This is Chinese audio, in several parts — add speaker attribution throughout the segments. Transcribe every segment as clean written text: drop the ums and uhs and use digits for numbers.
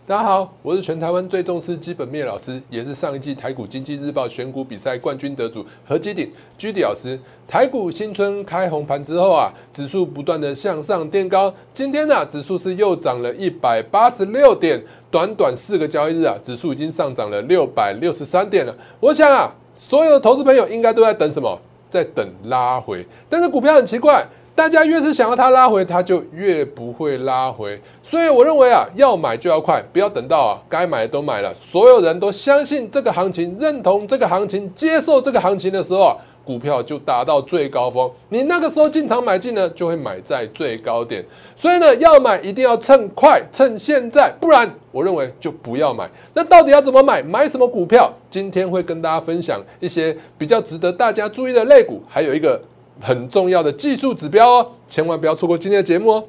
Speaker 1: 大家好，我是全台湾最重视基本面老师，也是上一季台股经济日报选股比赛冠军得主何基鼎居老师。台股新春开红盘之后啊，指数不断的向上垫高，今天啊，指数是又涨了186点，短短4个交易日啊，指数已经上涨了663点了。我想啊，所有的投资朋友应该都在等什么？在等拉回。但是股票很奇怪。大家越是想要它拉回，它就越不会拉回，所以我认为啊，要买就要快，不要等到啊该买的都买了，所有人都相信这个行情，认同这个行情，接受这个行情的时候啊，股票就达到最高峰，你那个时候进场买进呢，就会买在最高点。所以呢，要买一定要趁快，趁现在，不然我认为就不要买。那到底要怎么买？买什么股票？今天会跟大家分享一些比较值得大家注意的类股，还有一个很重要的技术指标哦，千万不要错过今天的节目哦。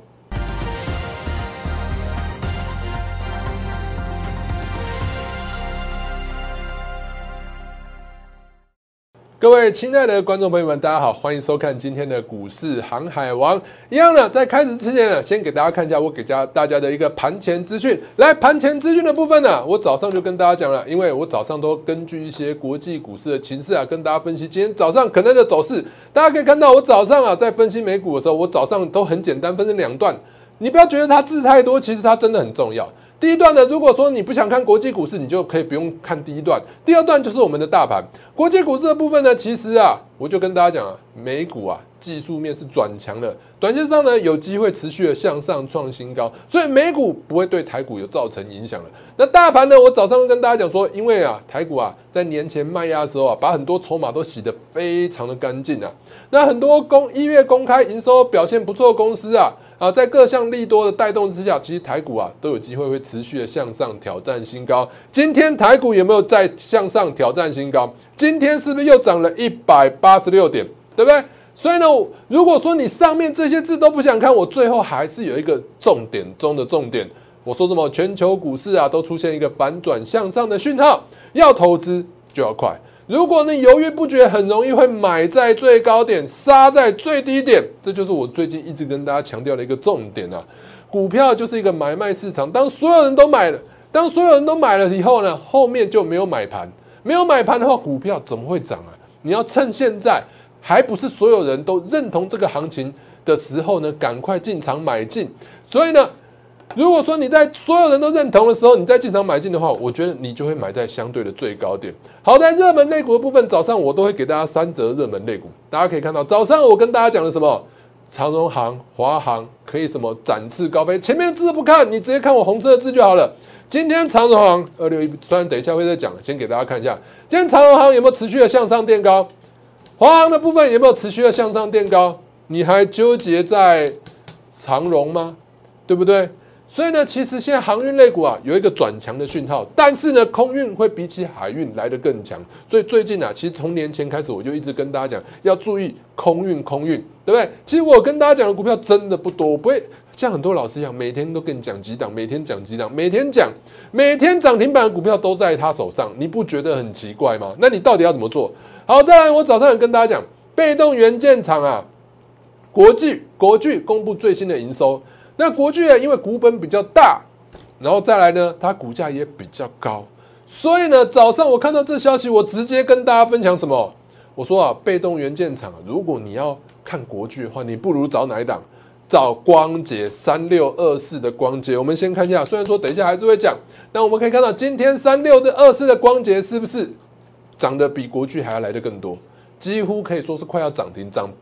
Speaker 1: 各位亲爱的观众朋友们，大家好，欢迎收看今天的股市航海王。一样呢，在开始之前呢，先给大家看一下我给大家的一个盘前资讯。来，盘前资讯的部分呢，我早上就跟大家讲了，因为我早上都根据一些国际股市的情势啊，跟大家分析今天早上可能的走势。大家可以看到，我早上啊在分析美股的时候，我早上都很简单分成2段。你不要觉得它字太多，其实它真的很重要。第一段呢，如果说你不想看国际股市，你就可以不用看第一段。第二段就是我们的大盘。国际股市的部分呢，其实啊，我就跟大家讲啊，美股啊技术面是转强的，短线上呢有机会持续的向上创新高，所以美股不会对台股有造成影响了。那大盘呢，我早上跟大家讲说，因为啊台股啊在年前卖压的时候啊，把很多筹码都洗得非常的干净啊。那很多1月公开营收表现不错的公司啊。在各项利多的带动之下，其实台股啊都有机会会持续的向上挑战新高。今天台股有没有再向上挑战新高？今天是不是又涨了186点，对不对？所以呢，如果说你上面这些字都不想看，我最后还是有一个重点中的重点。我说什么？全球股市啊都出现一个反转向上的讯号，要投资就要快。如果你犹豫不决，很容易会买在最高点，杀在最低点。这就是我最近一直跟大家强调的一个重点啊。股票就是一个买卖市场，当所有人都买了以后呢，后面就没有买盘，没有买盘的话，股票怎么会涨啊？你要趁现在还不是所有人都认同这个行情的时候呢，赶快进场买进。所以呢，如果说你在所有人都认同的时候，你再进场买进的话，我觉得你就会买在相对的最高点。好，在热门类股的部分，早上我都会给大家3则热门类股。大家可以看到，早上我跟大家讲的什么？长荣航、华航可以什么展翅高飞，前面字不看，你直接看我红色的字就好了。今天长荣航261，虽然等一下会再讲，先给大家看一下，今天长荣航有没有持续的向上垫高？华航的部分有没有持续的向上垫高？你还纠结在长荣吗？对不对？所以呢，其实现在航运类股啊有一个转强的讯号，但是呢，空运会比起海运来得更强。所以最近啊，其实从年前开始，我就一直跟大家讲，要注意空运，对不对？其实我跟大家讲的股票真的不多，我不会像很多老师一样，每天都跟你讲几档，每天讲几档，每天涨停板的股票都在他手上，你不觉得很奇怪吗？那你到底要怎么做？好，再来，我早上有跟大家讲，被动元件厂啊，国巨公布最新的营收。那国巨啊，因为股本比较大，然后再来呢，它股价也比较高，所以呢，早上我看到这消息，我直接跟大家分享什么？我说啊，被动元件厂，如果你要看国巨的话，你不如找哪一档？找光捷3624的光捷。我们先看一下，虽然说等一下还是会讲，但我们可以看到今天3624的光捷是不是涨得比国巨还要来得更多？几乎可以说是快要涨停，涨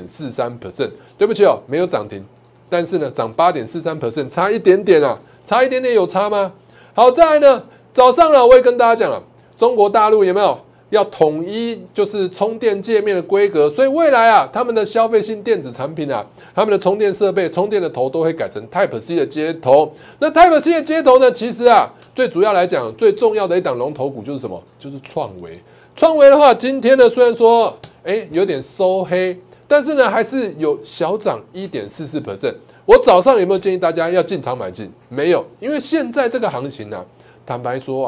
Speaker 1: 8.43%。对不起哦，没有涨停。但是呢，涨8.43%，差一点点啊，差一点点有差吗？好，再来呢，早上呢，我也跟大家讲了，中国大陆有没有要统一就是充电界面的规格？所以未来啊，他们的消费性电子产品啊，他们的充电设备、充电的头都会改成 Type C 的接头。那 Type C 的接头呢，其实啊，最主要来讲，最重要的一档龙头股就是什么？就是创惟。创惟的话，今天呢，虽然说有点收黑。但是呢，还是有小涨1.44%。我早上有没有建议大家要进场买进？没有，因为现在这个行情啊，坦白说啊，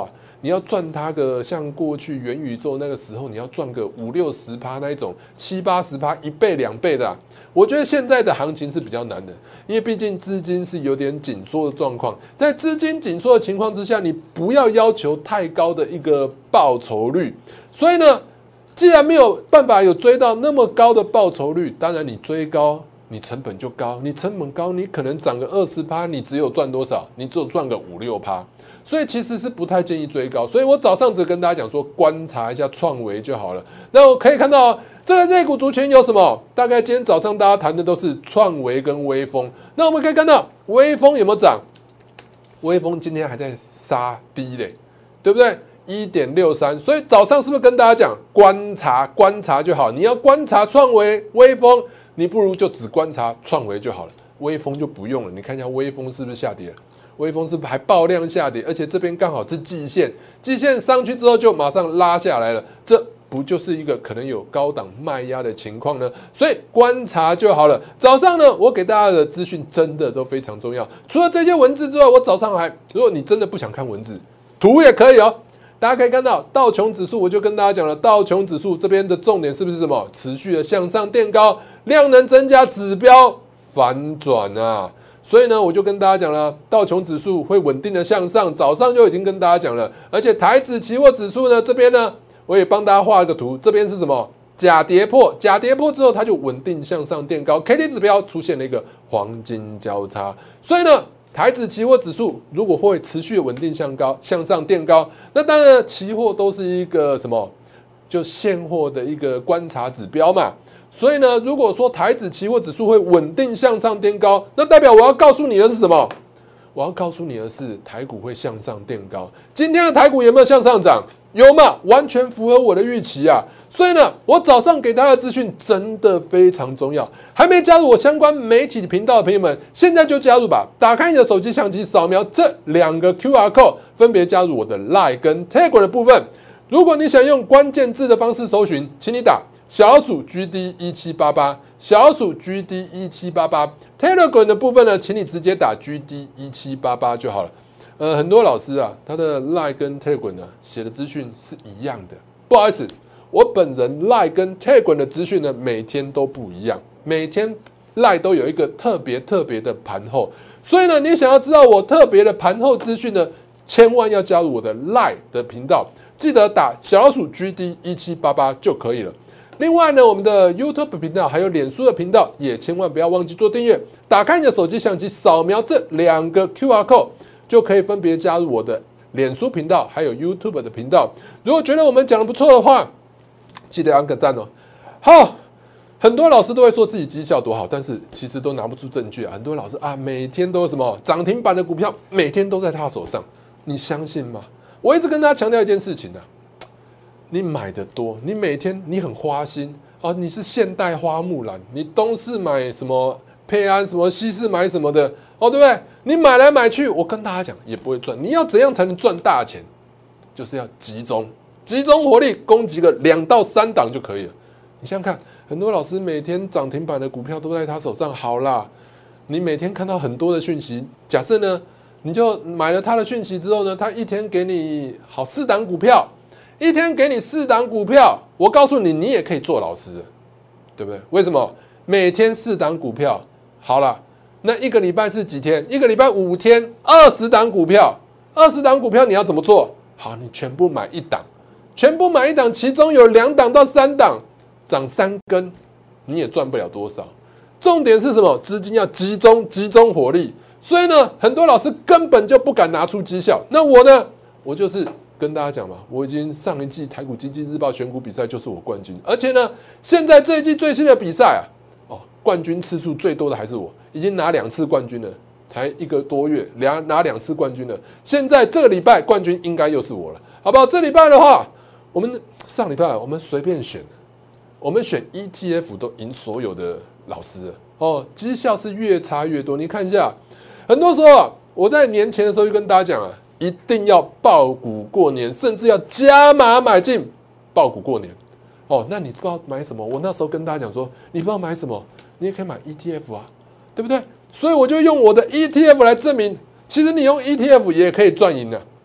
Speaker 1: 你要赚它个像过去元宇宙那个时候，你要赚个50-60%那一种70-80%、1倍2倍的我觉得现在的行情是比较难的，因为毕竟资金是有点紧缩的状况。在资金紧缩的情况之下，你不要要求太高的一个报酬率。所以呢，既然没有办法有追到那么高的报酬率，当然你追高，你成本就高，你成本高，你可能涨个20%，你只有赚多少？你只有赚个5-6%。所以其实是不太建议追高。所以我早上只跟大家讲说，观察一下创维就好了。那我可以看到这个类股族群有什么？大概今天早上大家谈的都是创维跟微风。那我们可以看到微风有没有涨？微风今天还在杀低嘞，对不对？1.63，所以早上是不是跟大家讲观察就好？你要观察创维、微风，你不如就只观察创维就好了，微风就不用了。你看一下微风是不是下跌了？微风是不是还爆量下跌？而且这边刚好是季线，季线上去之后就马上拉下来了，这不就是一个可能有高档卖压的情况呢？所以观察就好了。早上呢，我给大家的资讯真的都非常重要。除了这些文字之外，我早上如果你真的不想看文字，图也可以哦。大家可以看到道琼指数，我就跟大家讲了，道琼指数这边的重点是不是什么？持续的向上垫高，量能增加，指标反转啊！所以呢，我就跟大家讲了，道琼指数会稳定的向上，早上就已经跟大家讲了。而且台指期货指数呢，这边呢，我也帮大家画一个图，这边是什么？假跌破，假跌破之后，它就稳定向上垫高 ，K D 指标出现了一个黄金交叉。所以呢，台指期货指数如果会持续稳定向上垫高，那当然期货都是一个什么？就现货的一个观察指标嘛。所以呢，如果说台指期货指数会稳定向上垫高，那代表我要告诉你的是什么？我要告诉你的是台股会向上垫高。今天的台股有没有向上涨？有嘛？完全符合我的预期啊！所以呢，我早上给大家的资讯真的非常重要。还没加入我相关媒体频道的朋友们，现在就加入吧！打开你的手机相机，扫描这2个 QR code， 分别加入我的 Line 跟 Telegram 的部分。如果你想用关键字的方式搜寻，请你打GD1788，小鼠 GD1788。Telegram 的部分呢，请你直接打 GD1788 就好了。很多老师啊，他的 Line 跟 Telegram 呢写的资讯是一样的。不好意思，我本人 Line 跟 Telegram 的资讯呢，每天都不一样，每天 Line 都有一个特别的盘后。所以呢，你想要知道我特别的盘后资讯呢，千万要加入我的 Line 的频道。记得打小鼠 GD1788 就可以了。另外呢，我们的 YouTube 频道还有脸书的频道，也千万不要忘记做订阅。打开你的手机相机，扫描这2个 QR code， 就可以分别加入我的脸书频道，还有 YouTube 的频道。如果觉得我们讲的不错的话，记得按个赞哦。好，很多老师都会说自己绩效多好，但是其实都拿不出证据啊。很多老师啊，每天都有什么涨停板的股票，每天都在他手上，你相信吗？我一直跟大家强调一件事情啊，你买的多，你每天你很花心啊，你是现代花木兰，你东市买什么佩安，什么西市买什么的哦，对不对？你买来买去，我跟大家讲也不会赚。你要怎样才能赚大钱？就是要集中火力，攻击个2到3档就可以了。你想想看，很多老师每天涨停板的股票都在他手上，好啦，你每天看到很多的讯息，假设呢？你就买了他的讯息之后呢，他一天给你好4档股票，一天给你4档股票，我告诉你，你也可以做老师的，对不对？为什么？每天4档股票，好了，那一个礼拜是几天？一个礼拜5天，20档股票，20档股票你要怎么做？好，你全部买1档，全部买1档，其中有2档到3档涨3根，你也赚不了多少。重点是什么？资金要集中火力。所以呢，很多老师根本就不敢拿出绩效。那我呢，我就是跟大家讲嘛，我已经上一季台股经济日报选股比赛就是我冠军，而且呢，现在这一季最新的比赛啊，冠军次数最多的还是我，已经拿2次冠军了，才1个多月，拿2次冠军了。现在这个礼拜冠军应该又是我了，好不好？这礼拜的话，我们上礼拜我们随便选，我们选 ETF 都赢所有的老师了哦，绩效是越差越多。你看一下。很多时候啊，我在年前的时候就跟大家讲啊，一定要抱股过年，甚至要加码买进抱股过年。哦，那你不知道买什么？我那时候跟大家讲说，你不知道买什么，你也可以买 ETF 啊，对不对？所以我就用我的 ETF 来证明，其实你用 ETF 也可以赚赢的。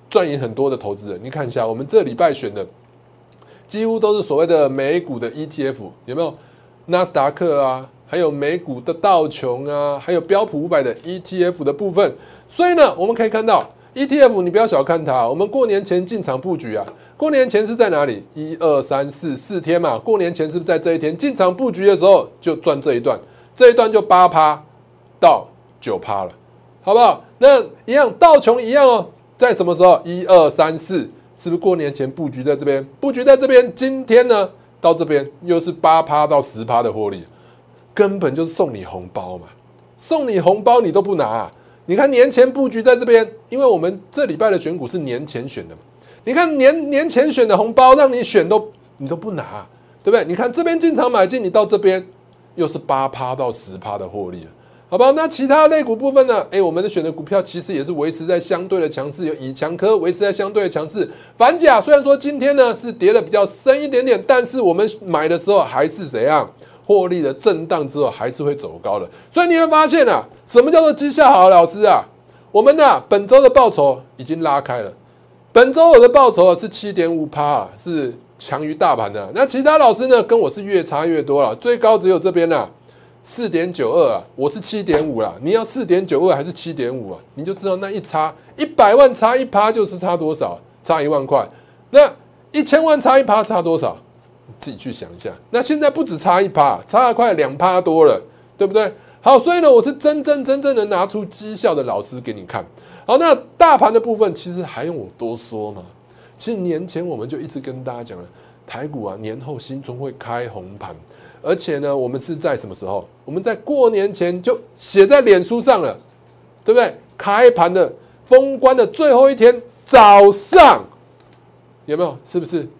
Speaker 1: 赚赢很多的投资人。你看一下，我们这礼拜选的几乎都是所谓的美股的 ETF， 有没有？纳斯达克啊，还有美股的道琼啊，还有标普500的 ETF 的部分。所以呢，我们可以看到 ETF， 你不要小看它。我们过年前进场布局啊，过年前是在哪里？1、2、3、4天嘛。过年前是不是在这一天进场布局的时候就赚这一段？这一段就8%到9%了，好不好？那一样，道琼一样哦，在什么时候？1、2、3、4，是不是过年前布局在这边？布局在这边，今天呢到这边又是8%到10%的获利，根本就是送你红包嘛！送你红包你都不拿啊！你看年前布局在这边，因为我们这礼拜的选股是年前选的嘛，你看年前选的红包让你选你都不拿啊，对不对？你看这边进场买进，你到这边又是8%到10%的获利了。好不好？那其他类股部分呢？我们的选的股票其实也是维持在相对的强势，有以强科维持在相对的强势。反甲虽然说今天呢是跌的比较深一点点，但是我们买的时候还是怎样？获利的震荡之后还是会走高的。所以你会发现啊，什么叫做绩效好的老师啊？我们呢本周的报酬已经拉开了，本周我的报酬是 7.5%， 是强于大盘的。那其他老师呢跟我是越差越多了，最高只有这边啦。4.92啊，我是7.5啦。你要4.92还是7.5啊？你就知道那一差100万差1%就是差多少？差1万块。那1000万差1%差多少？你自己去想一下。那现在不止差1%，差了快2%多了，对不对？好，所以呢，我是真正的拿出绩效的老师给你看。好，那大盘的部分其实还用我多说吗？其实年前我们就一直跟大家讲了，台股啊年后新春会开红盘。而且呢，我们是在什么时候？我们在过年前就写在脸书上了，对不对？开盘的封关的最后一天早上，有没有？是不是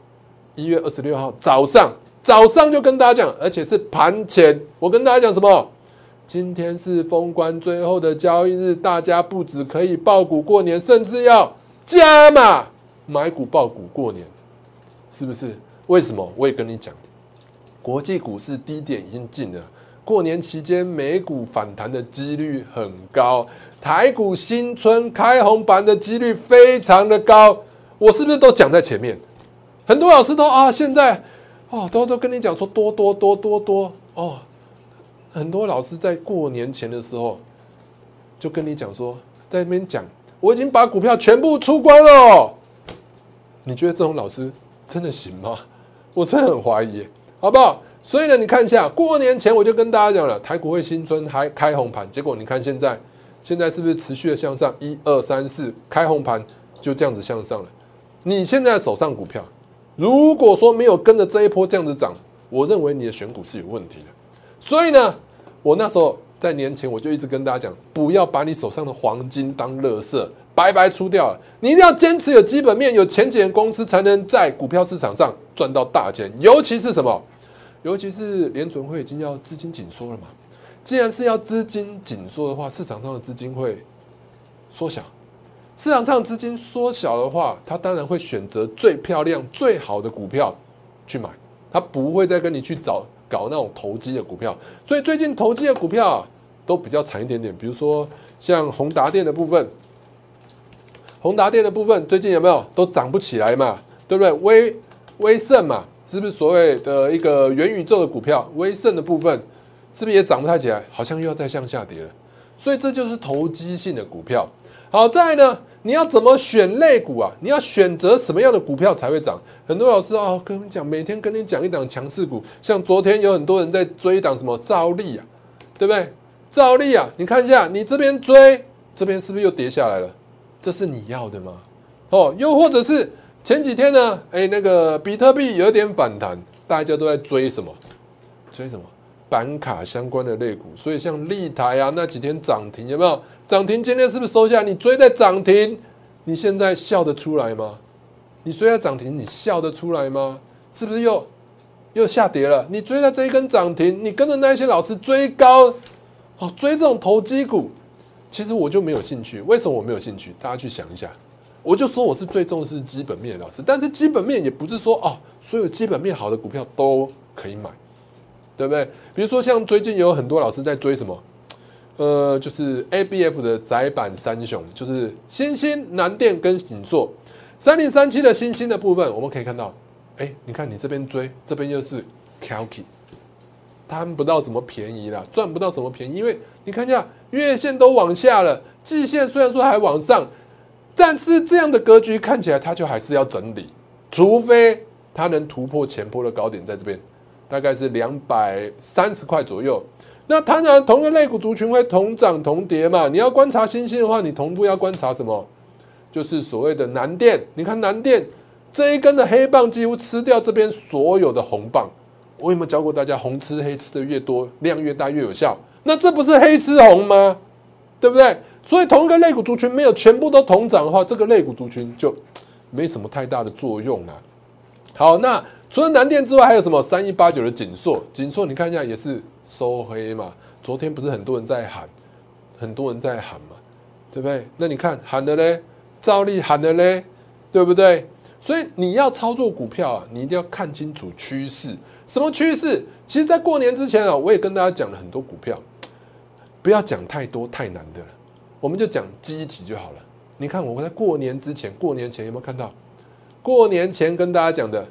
Speaker 1: 1月26号早上就跟大家讲，而且是盘前，我跟大家讲什么？今天是封关最后的交易日，大家不只可以抱股过年，甚至要加码买股抱股过年，是不是？为什么？我也跟你讲。国际股市低点已经进了，过年期间美股反弹的几率很高，台股新春开红盘的几率非常的高。我是不是都讲在前面？很多老师都现在都跟你讲说多哦。很多老师在过年前的时候就跟你讲说，在那边讲我已经把股票全部出光了。你觉得这种老师真的行吗？我真的很怀疑。好不好？所以呢，你看一下，过年前我就跟大家讲了，台股会新春还开红盘，结果你看现在是不是持续的向上？1、2、3、4开红盘就这样子向上了。你现在手上股票，如果说没有跟着这一波这样子涨，我认为你的选股是有问题的。所以呢，我那时候在年前我就一直跟大家讲，不要把你手上的黄金当垃圾，白白出掉了。你一定要坚持有基本面、有前景的公司，才能在股票市场上赚到大钱。尤其是什么？尤其是联准会已经要资金紧缩了嘛。既然是要资金紧缩的话，市场上的资金会缩小。市场上资金缩小的话，他当然会选择最漂亮、最好的股票去买，他不会再跟你去搞那种投机的股票。所以最近投机的股票都比较惨一点点，比如说像宏达电的部分。宏达电的部分最近有没有都涨不起来嘛？对不对？威盛嘛，是不是所谓的一个元宇宙的股票？威盛的部分是不是也涨不太起来？好像又要再向下跌了。所以这就是投机性的股票。好，再来呢，你要怎么选类股啊？你要选择什么样的股票才会涨？很多老师跟你讲，每天跟你讲一档强势股，像昨天有很多人在追一档什么兆利啊，对不对？兆利啊，你看一下，你这边追，这边是不是又跌下来了？这是你要的吗？又或者是前几天呢，那个比特币有点反弹，大家都在追什么？追什么？板卡相关的类股。所以像立台啊，那几天涨停有没有？涨停今天是不是收下来？你追在涨停，你现在笑得出来吗？你追在涨停，你笑得出来吗？是不是又下跌了？你追在这一根涨停，你跟着那些老师追高，追这种投机股。其实我就没有兴趣，为什么我没有兴趣？大家去想一下。我就说我是最重视基本面的老师，但是基本面也不是说所有基本面好的股票都可以买，对不对？比如说像最近有很多老师在追什么， 就是 ABF 的载板三雄，就是新兴、南电跟景硕。3037的新兴的部分，我们可以看到，你看你这边追，这边又是 Kalki， 贪不到什么便宜啦，赚不到什么便宜，因为你看一下月线都往下了，季线虽然说还往上，但是这样的格局看起来它就还是要整理，除非它能突破前波的高点，在这边大概是230块左右。那当然，同个类股族群会同涨同跌嘛。你要观察新兴的话，你同步要观察什么？就是所谓的南电。你看南电这一根的黑棒几乎吃掉这边所有的红棒。我有没有教过大家，红吃黑吃的越多，量越大越有效？那这不是黑吃红吗？对不对？所以同一个类股族群没有全部都同涨的话，这个类股族群就没什么太大的作用啦。好，那除了南电之外，还有什么3189的景硕？景硕你看一下也是收黑嘛。昨天不是很多人在喊嘛，对不对？那你看喊的嘞，照例喊的嘞，对不对？所以你要操作股票啊，你一定要看清楚趋势。什么趋势？其实，在过年之前啊，我也跟大家讲了很多股票，不要讲太多太难的了，我们就讲记忆体就好了。你看我在过年前有没有看到？过年前跟大家讲的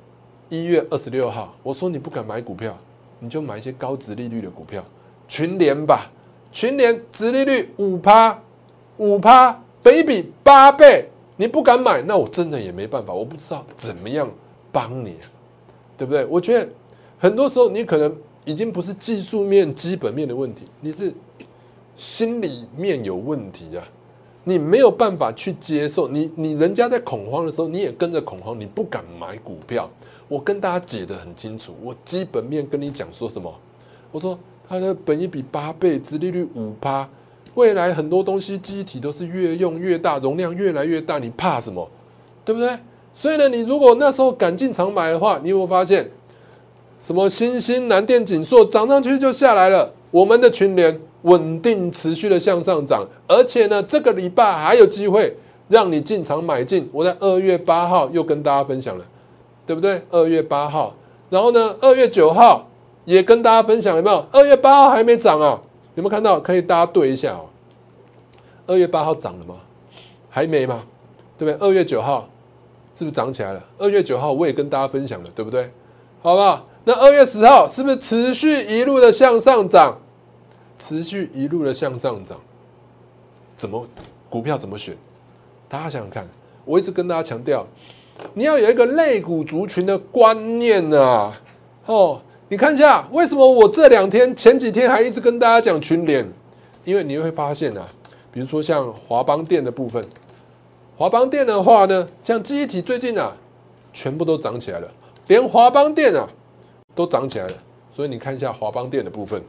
Speaker 1: 1月26号，我说你不敢买股票，你就买一些高殖利率的股票，群联吧，群联殖利率5%，本益比8倍，你不敢买，那我真的也没办法，我不知道怎么样帮你，对不对？我觉得很多时候你可能已经不是技术面、基本面的问题，你是心里面有问题啊。你没有办法去接受，你人家在恐慌的时候，你也跟着恐慌，你不敢买股票。我跟大家解得很清楚，我基本面跟你讲说什么？我说它的本益比8倍，殖利率5%，未来很多东西记忆体都是越用越大，容量越来越大，你怕什么？对不对？所以呢，你如果那时候敢进场买的话，你有没有发现什么新兴、南电、景硕涨上去就下来了？我们的群联稳定持续的向上涨，而且呢，这个礼拜还有机会让你进场买进。我在2月8号又跟大家分享了，对不对？2月8号，然后呢，2月9号也跟大家分享，有没有？2月8号还没涨啊？有没有看到？可以大家对一下哦。2月8号涨了吗？还没吗？对不对？2月9号是不是涨起来了？2月9号我也跟大家分享了，对不对？好不好？那2月10号是不是持续一路的向上涨？持续一路的向上涨，股票怎么选？大家想想看，我一直跟大家强调，你要有一个类股族群的观念啊。你看一下，为什么我前几天还一直跟大家讲群联？因为你会发现啊，比如说像华邦电的部分，华邦电的话呢，像记忆体最近啊，全部都涨起来了，连华邦电啊都涨起来了。所以你看一下华邦电的部分。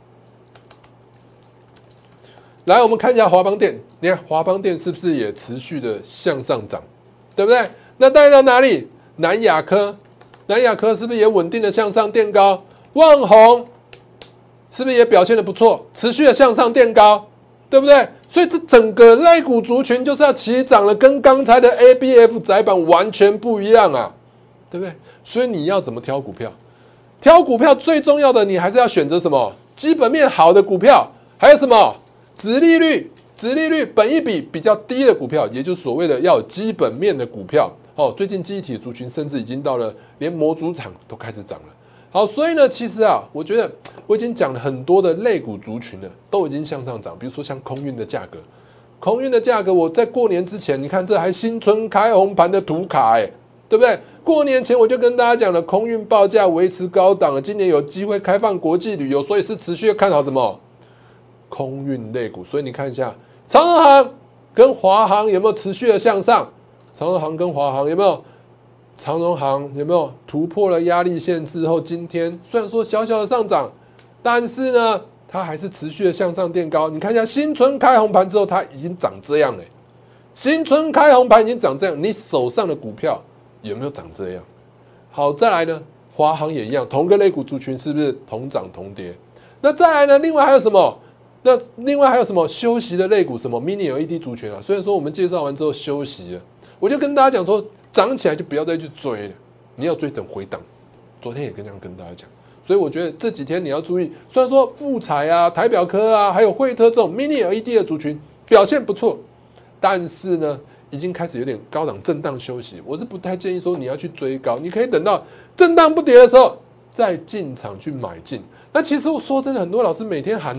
Speaker 1: 来，我们看一下华邦电，你看华邦电是不是也持续的向上涨，对不对？那带到哪里？南亚科是不是也稳定的向上垫高？旺宏是不是也表现的不错，持续的向上垫高，对不对？所以这整个类股族群就是要起涨了，跟刚才的 ABF 载板完全不一样啊，对不对？所以你要怎么挑股票？挑股票最重要的，你还是要选择什么？基本面好的股票，还有什么？殖利率、本益比比较低的股票，也就是所谓的要有基本面的股票。最近记忆体的族群甚至已经到了连模组厂都开始涨了。好，所以呢，其实啊，我觉得我已经讲了很多的类股族群了，都已经向上涨。比如说像空运的价格，我在过年之前，你看这还新春开红盘的图卡，对不对？过年前我就跟大家讲了，空运报价维持高档了，今年有机会开放国际旅游，所以是持续看好什么？空运类股。所以你看一下长荣航跟华航有没有持续的向上？长荣航跟华航有没有？长荣航有没有突破了压力线之后，今天虽然说小小的上涨，但是呢，它还是持续的向上垫高。你看一下新春开红盘之后，它已经长这样了。新春开红盘已经长这样，你手上的股票有没有长这样？好，再来呢，华航也一样，同个类股族群是不是同涨同跌？那再来呢，另外还有什么？休息的类股，什么 mini LED 族群啊？虽然说我们介绍完之后休息了，我就跟大家讲说，涨起来就不要再去追了，你要追等回档。昨天也这样跟大家讲， 所以我觉得这几天你要注意，虽然说富彩啊、台表科啊，还有惠特这种 mini LED 的族群表现不错，但是呢，已经开始有点高档震荡休息。我是不太建议说你要去追高，你可以等到震荡不跌的时候再进场去买进。那其实我说真的，很多老师每天喊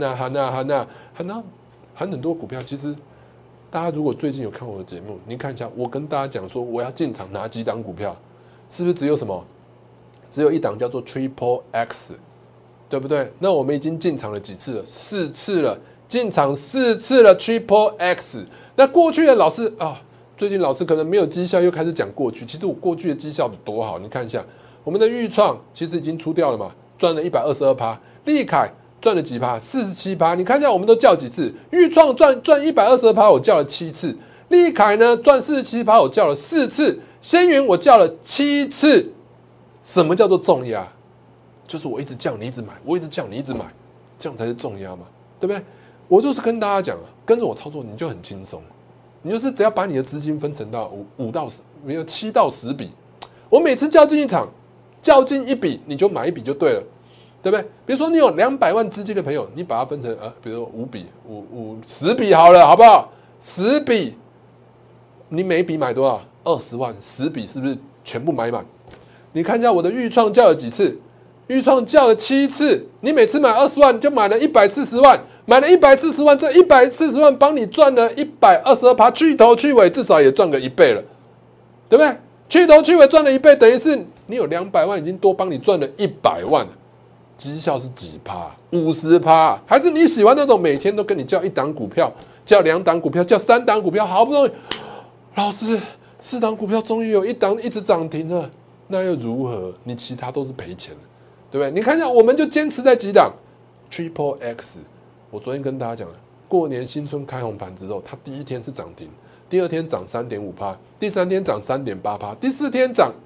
Speaker 1: 很多股票，其实大家如果最近有看我的节目，你看一下，我跟大家讲说我要进场哪几档股票，是不是只有什么？只有一档叫做 Triple X， 对不对？那我们已经进场了几次了？4次了，进场4次了 Triple X。那过去的老师啊，最近老师可能没有绩效，又开始讲过去。其实我过去的绩效有多好，你看一下，我们的裕创其实已经出掉了嘛，赚了122%，立凯赚了几趴？47%。你看一下，我们都叫几次？裕创赚122%，我叫了7次；立凯呢赚47%，我叫了4次；仙云我叫了7次。什么叫做重压？就是我一直叫你一直买，我一直叫你一直买，这样才是重压嘛，对不对？我就是跟大家讲啊，跟着我操作你就很轻松，你就是只要把你的资金分成到5到10，没有7到10笔。我每次叫进一场，叫进一笔，你就买一笔就对了，对不对？比如说你有200万资金的朋友，你把它分成比如说5笔、10笔好了，好不好？10笔，你每一笔买多少？20万，10笔是不是全部买满？你看一下我的裕创叫了几次？裕创叫了7次，你每次买20万，就买了140万，买了140万，这140万帮你赚了122%，去头去尾至少也赚个1倍了，对不对？去头去尾赚了1倍，等于是你有200万，已经多帮你赚了100万了，绩效是几趴？50%，还是你喜欢那种每天都跟你叫1档股票，叫2档股票，叫3档股票，好不容易，老师4档股票终于有1档一直涨停了。那又如何？你其他都是赔钱的，对不对？你看一下，我们就坚持在几档 Triple X。我昨天跟大家讲了，过年新春开红盘之后，它第1天是涨停，第2天涨3.5%，第3天涨3.8%，第4天涨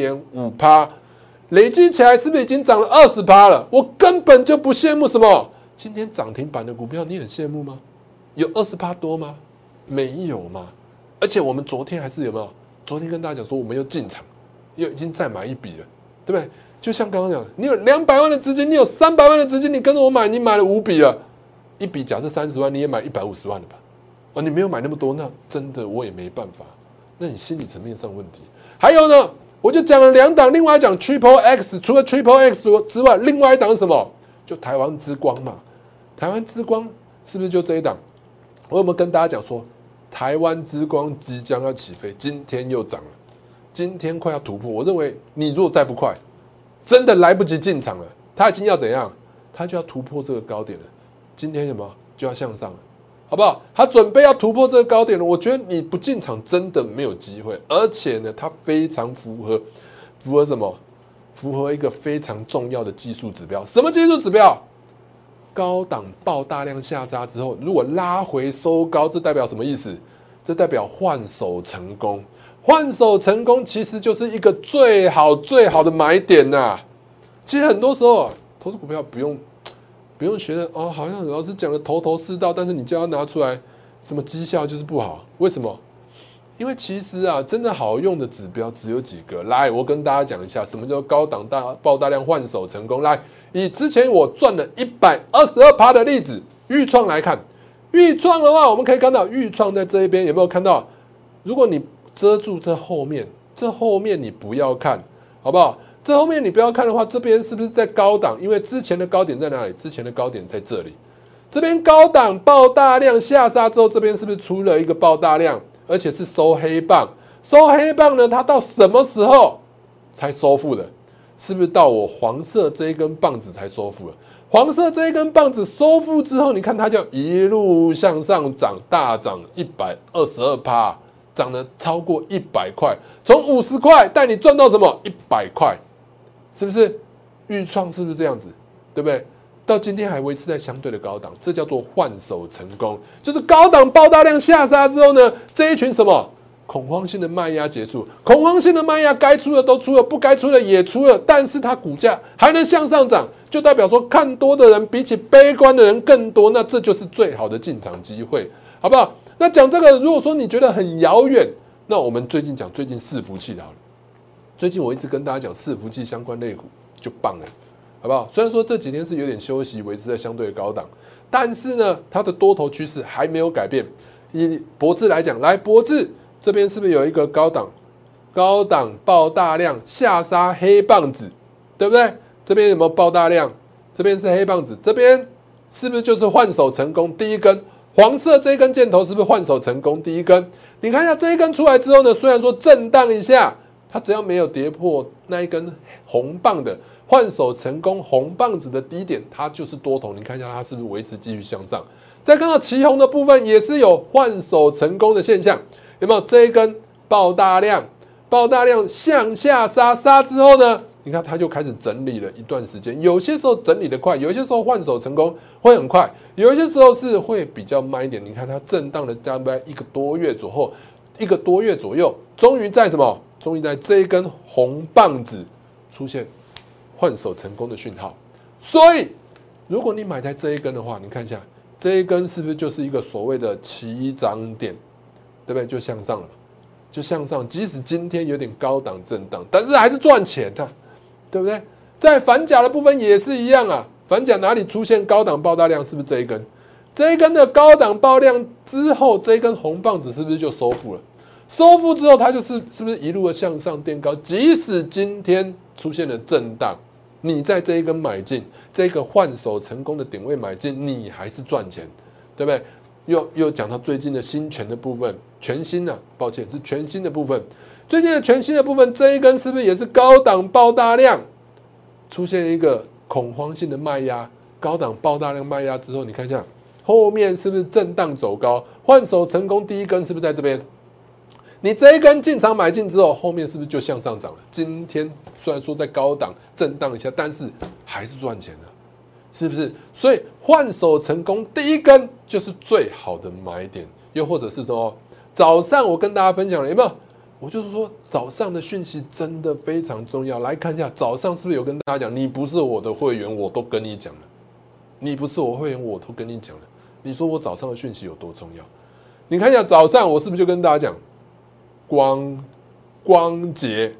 Speaker 1: 1.5%，累积起来是不是已经涨了20%了？我根本就不羡慕什么。今天涨停板的股票，你很羡慕吗？有20%多吗？没有嘛。而且我们昨天还是有没有？昨天跟大家讲说，我们又进场。又已经再买一笔了，对不对？就像刚刚讲，你有200万的资金，你有300万的资金，你跟着我买，你买了5笔了，一笔假设30万，你也买150万了吧？你没有买那么多，那真的我也没办法。那你心理层面上问题。还有呢，我就讲了2档，另外一档 Triple X， 除了 Triple X 之外，另外一档是什么？就台湾之光嘛。台湾之光是不是就这一档？我有没有跟大家讲说，台湾之光即将要起飞，今天又涨了。今天快要突破，我认为你如果再不快，真的来不及进场了。它已经要怎样？它就要突破这个高点了。今天什么就要向上了，好不好？它准备要突破这个高点了。我觉得你不进场真的没有机会，而且呢，它非常符合什么？符合一个非常重要的技术指标。什么技术指标？高档爆大量下杀之后，如果拉回收高，这代表什么意思？这代表换手成功。换手成功其实就是一个最好的买点呐。其实很多时候投资股票不用学的好像老师讲的头头是道，但是你叫他拿出来，什么绩效就是不好。为什么？因为其实真的好用的指标只有几个。来，我跟大家讲一下，什么叫高档爆大量换手成功。来，以之前我赚了122%的例子，裕创来看，裕创的话，我们可以看到裕创在这一边有没有看到？如果你遮住这后面你不要看，好不好？这后面你不要看的话，这边是不是在高档？因为之前的高点在哪里？之前的高点在这里。这边高档爆大量下杀之后，这边是不是出了一个爆大量？而且是收黑棒。收黑棒呢，它到什么时候才收复的？是不是到我黄色这一根棒子才收复了？黄色这一根棒子收复之后，你看它就一路向上涨，大涨122%。涨了超过100块，从50块带你赚到什么100块，是不是？裕创是不是这样子？对不对？到今天还维持在相对的高档，这叫做换手成功。就是高档爆大量下杀之后呢，这一群什么恐慌性的卖压结束，恐慌性的卖压该出的都出了，不该出的也出了，但是它股价还能向上涨，就代表说看多的人比起悲观的人更多，那这就是最好的进场机会，好不好？那讲这个，如果说你觉得很遥远，那我们最近讲最近伺服器好了。最近我一直跟大家讲伺服器相关类股就棒了， 好不好？虽然说这几天是有点休息，维持在相对的高档，但是呢，它的多头趋势还没有改变。以博智来讲，来博智这边是不是有一个高档爆大量下杀黑棒子，对不对？这边有没有爆大量？这边是黑棒子，这边是不是就是换手成功第一根？黄色这一根箭头是不是换手成功第一根？你看一下这一根出来之后呢，虽然说震荡一下，它只要没有跌破那一根红棒的换手成功红棒子的低点，它就是多头。你看一下它是不是维持继续向上？再看到旗红的部分也是有换手成功的现象，有没有？这一根爆大量向下杀之后呢？你看，它就开始整理了一段时间，有些时候整理的快，有些时候换手成功会很快，有一些时候是会比较慢一点。你看它震荡了大概一个多月左右，终于在这一根红棒子出现换手成功的讯号。所以，如果你买在这一根的话，你看一下这一根是不是就是一个所谓的起涨点，对不对？就向上了，就向上。即使今天有点高档震荡，但是还是赚钱的。对不对？在反甲的部分也是一样啊。反甲哪里出现高档爆大量？是不是这一根？这一根的高档爆量之后，这一根红棒子是不是就收复了？收复之后，它是不是一路的向上垫高？即使今天出现了震荡，你在这一根买进，这个换手成功的点位买进，你还是赚钱，对不对？又讲到最近的新权的部分，全新啊，抱歉是全新的部分。最近的全新的部分，这一根是不是也是高档爆大量，出现一个恐慌性的卖压？高档爆大量卖压之后，你看一下后面是不是震荡走高？换手成功第一根是不是在这边？你这一根进场买进之后，后面是不是就向上涨了？今天虽然说在高档震荡一下，但是还是赚钱的，是不是？所以换手成功第一根就是最好的买点。又或者是说，早上我跟大家分享了，有没有？我就是说，早上的讯息真的非常重要。来看一下，早上是不是有跟大家讲？你不是我的会员，我都跟你讲了。你不是我会员，我都跟你讲了。你说我早上的讯息有多重要？你看一下早上，我是不是就跟大家讲，光捷，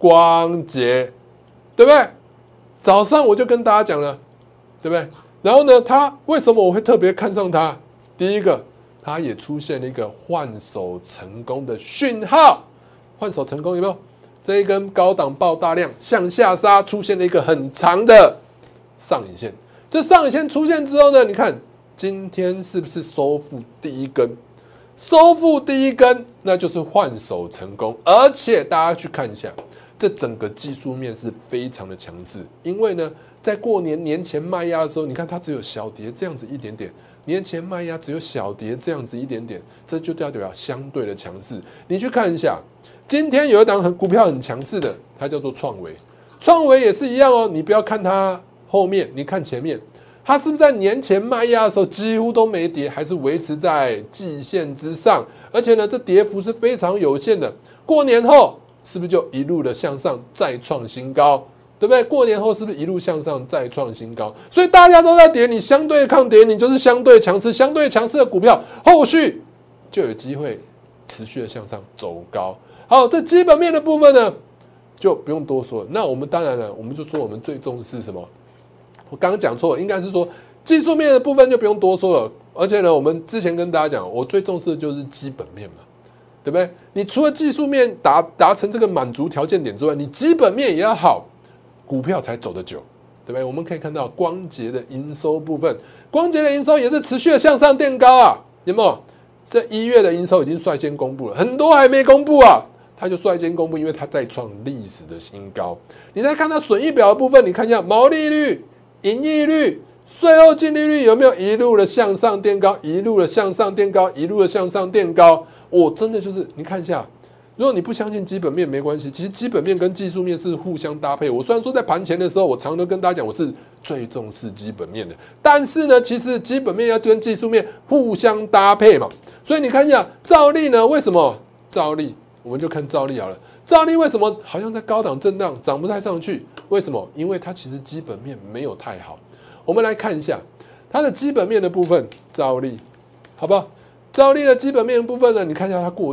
Speaker 1: 对不对？早上我就跟大家讲了，对不对？然后呢，它为什么我会特别看上它？第一个，它也出现了一个换手成功的讯号。换手成功有没有？这一根高档爆大量向下杀，出现了一个很长的上影线。这上影线出现之后呢，你看今天是不是收复第一根？收复第一根，那就是换手成功。而且大家去看一下，这整个技术面是非常的强势。因为呢，在过年前卖压的时候，你看它只有小跌这样子一点点。年前卖压只有小跌这样子一点点，这就代表相对的强势。你去看一下，今天有一档股票很强势的，它叫做创维。创维也是一样哦，你不要看它后面，你看前面，它是不是在年前卖压的时候几乎都没跌，还是维持在季线之上？而且呢，这跌幅是非常有限的。过年后是不是就一路的向上再创新高？对不对？过年后是不是一路向上再创新高？所以大家都在跌，你相对抗跌，你就是相对强势。相对强势的股票，后续就有机会持续的向上走高。好，这基本面的部分呢，就不用多说了。那我们当然了，我们就说我们最重视什么？我刚刚讲错了，应该是说技术面的部分就不用多说了。而且呢，我们之前跟大家讲，我最重视的就是基本面嘛。对不对？你除了技术面达成这个满足条件点之外，你基本面也要好，股票才走得久，对不对？我们可以看到光捷的营收部分，光捷的营收也是持续的向上垫高啊，有没有？这1月的营收已经率先公布了，很多还没公布啊，它就率先公布，因为它再创历史的新高。你再看它损益表的部分，你看一下毛利率、盈利率、税后净利率有没有一路的向上垫高，一路的向上垫高，一路的向上垫高？真的就是你看一下。如果你不相信基本面没关系，其实基本面跟技术面是互相搭配。我虽然说在盘前的时候，我常常跟大家讲，我是最重视基本面的，但是呢，其实基本面要跟技术面互相搭配嘛。所以你看一下兆利呢，为什么兆利？我们就看兆利好了。兆利为什么好像在高档震荡，涨不太上去？为什么？因为它其实基本面没有太好。我们来看一下它的基本面的部分，兆利，好不好？兆利的基本面的部分呢，你看一下它过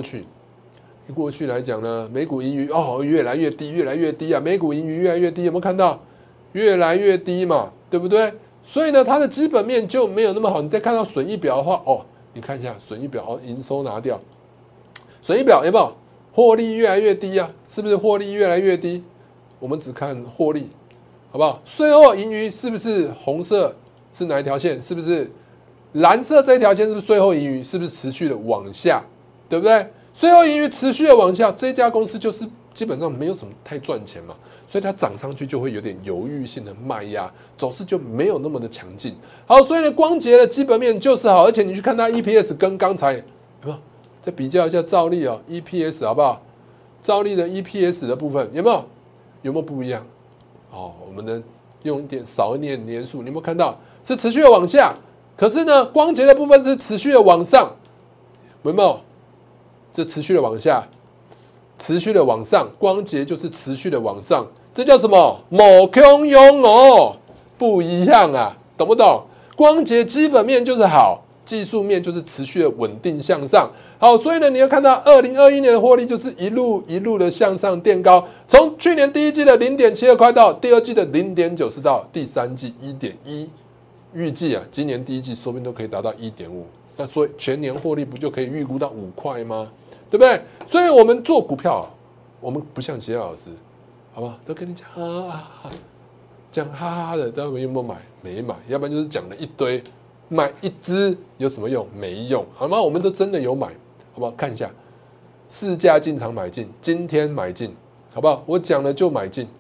Speaker 1: 去来讲呢，每股盈余越来越低，越来越低啊！每股盈余越来越低，有没有看到？ 越来越低嘛，对不对？所以呢，它的基本面就没有那么好。你再看到损益表的话，你看一下损益表，营收拿掉，损益表有没有获利越来越低啊？是不是获利越来越低？我们只看获利，好不好？税后盈余是不是红色是哪一条线？是不是蓝色这一条线？是不是税后盈余？是不是持续的往下？对不对？税后盈余持续的往下，这家公司就是基本上没有什么太赚钱嘛，所以它涨上去就会有点犹豫性的卖压，走势就没有那么的强劲。好，所以呢，光捷的基本面就是好，而且你去看它 EPS 跟刚才有没有再比较一下兆利EPS 好不好？兆利的 EPS 的部分有没有不一样？我们能用一点少一点年数，你有没有看到是持续的往下？可是呢，光捷的部分是持续的往上，有没有？这持续的往下，持续的往上，光捷就是持续的往上，这叫什么？某空用不一样啊，懂不懂？光捷基本面就是好，技术面就是持续的稳定向上。好，所以呢，你要看到2021年的获利就是一路的向上垫高，从去年第一季的0.72块到第二季的0.94到第三季1.1，预计今年第一季说不定都可以达到1.5，那所以全年获利不就可以预估到5块吗？对不对？所以我们做股票，我们不像其他老师，好不好？都跟你讲讲哈哈的，但有没有买？没买，要不然就是讲了一堆，买一只有什么用？没用，好吗？我们都真的有买，好不好？看一下市价进场买进，今天买进，好不好？我讲了就买进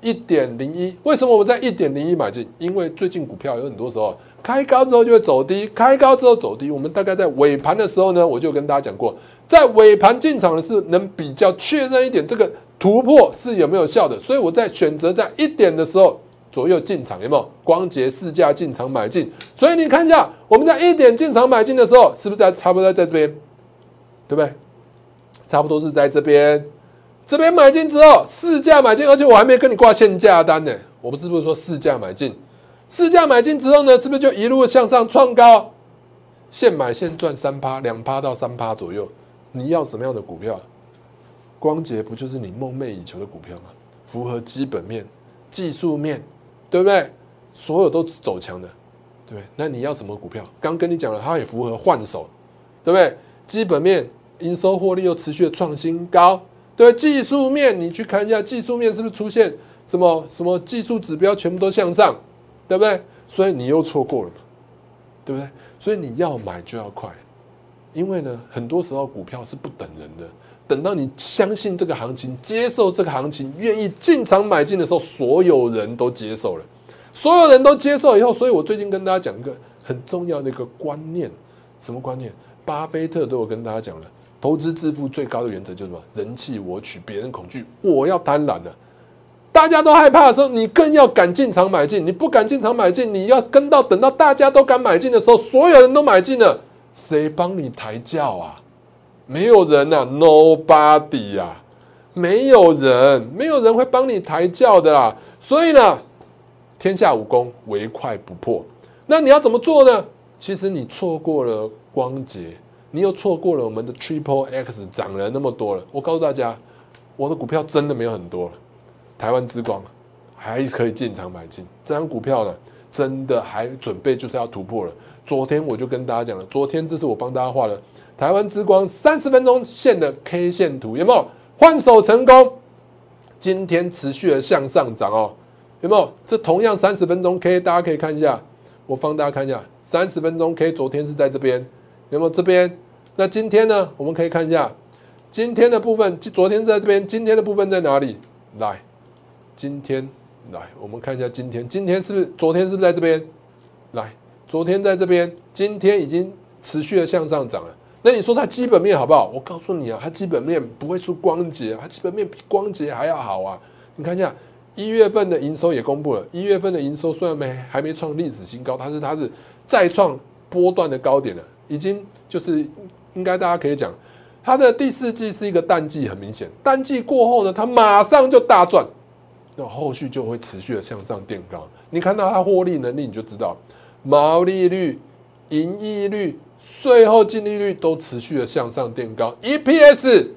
Speaker 1: 1.01，为什么我们在1.01买进？因为最近股票有很多时候开高之后就会走低，开高之后走低。我们大概在尾盘的时候呢，我就跟大家讲过，在尾盘进场的是能比较确认一点这个突破是有没有效的，所以我在选择在1点的时候左右进场，有没有？光捷市价进场买进，所以你看一下，我们在1点进场买进的时候，是不是差不多在这边，对不对？差不多是在这边买进之后，市价买进，而且我还没跟你挂限价单呢，我不是说市价买进。市价买进之后呢，是不是就一路向上创高？现买现赚3%、2%到3%左右。你要什么样的股票？光捷不就是你梦寐以求的股票吗？符合基本面、技术面，对不对？所有都走强的，对不对？那你要什么股票？刚跟你讲了，它也符合换手，对不对？基本面、营收获利又持续的创新高，对不对？技术面，你去看一下技术面是不是出现什么技术指标全部都向上？对不对？所以你又错过了嘛，对不对？所以你要买就要快，因为呢，很多时候股票是不等人的。等到你相信这个行情、接受这个行情、愿意进场买进的时候，所有人都接受了，所有人都接受以后，所以我最近跟大家讲一个很重要的一个观念，什么观念？巴菲特都有跟大家讲了，投资致富最高的原则就是什么？人气我取，别人恐惧，我要贪婪的。大家都害怕的时候，你更要敢进场买进。你不敢进场买进，你要等到大家都敢买进的时候，所有人都买进了，谁帮你抬轿啊？没有人啊 ，nobody 啊，没有人会帮你抬轿的啦。所以呢，天下武功，唯快不破。那你要怎么做呢？其实你错过了光捷，你又错过了我们的 Triple X 涨了那么多了。我告诉大家，我的股票真的没有很多了。台湾之光还可以进场买进，这张股票呢，真的还准备就是要突破了。昨天我就跟大家讲了，昨天这是我帮大家画了台湾之光30分钟线的 K 线图，有没有换手成功？今天持续的向上涨有没有？这同样30分钟 K， 大家可以看一下，我放大家看一下，30分钟 K 昨天是在这边，有没有这边？那今天呢？我们可以看一下今天的部分，昨天在这边，今天的部分在哪里？来。今天来，我们看一下今天是不是昨天是不是在这边？来，昨天在这边，今天已经持续的向上涨了。那你说它基本面好不好？我告诉你啊，它基本面不会输光捷，它基本面比光捷还要好啊。你看一下1月份的营收也公布了，1月份的营收虽然还没创历史新高，它是再创波段的高点了，已经就是应该大家可以讲，它的第4季是一个淡季，很明显，淡季过后呢，它马上就大赚。那后续就会持续的向上垫高，你看到它获利能力，你就知道毛利率、盈利率、税后净利率都持续的向上垫高 ，EPS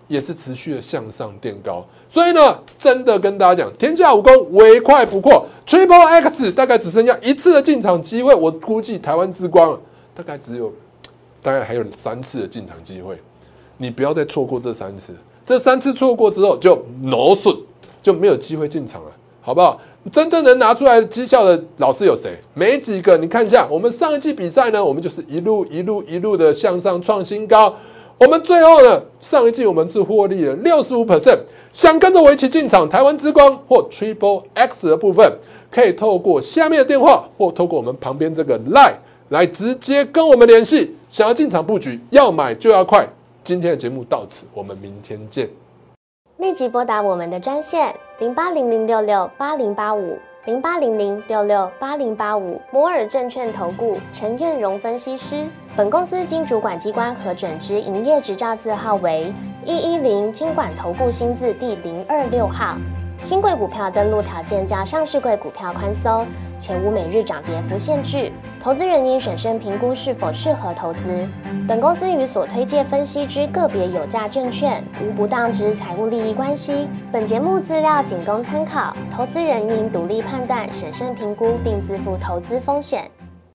Speaker 1: 也是持续的向上垫高。所以呢，真的跟大家讲，天下武功唯快不破 ，Triple X 大概只剩下一次的进场机会，我估计台湾之光大概还有3次的进场机会，你不要再错过这3次，这3次错过之后就no损，就没有机会进场了，好不好？真正能拿出来绩效的老师有谁？没几个。你看一下，我们上一季比赛呢，我们就是一路的向上创新高。我们最后呢，上一季我们是获利了65%。想跟着我一起进场台湾之光或 Triple X 的部分，可以透过下面的电话或透过我们旁边这个 LINE 来直接跟我们联系。想要进场布局，要买就要快。今天的节目到此，我们明天见。
Speaker 2: 立即拨打我们的专线0800668085 0800668085摩尔证券投顾陈彦荣分析师。本公司经主管机关核准之营业执照字号为110金管投顾新字第026号。新贵股票登录条件较上市柜股票宽松，且无每日涨跌幅限制。投资人应审慎评估是否适合投资。本公司与所推介分析之个别有价证券无不当之财务利益关系。本节目资料仅供参考，投资人应独立判断、审慎评估并自负投资风险。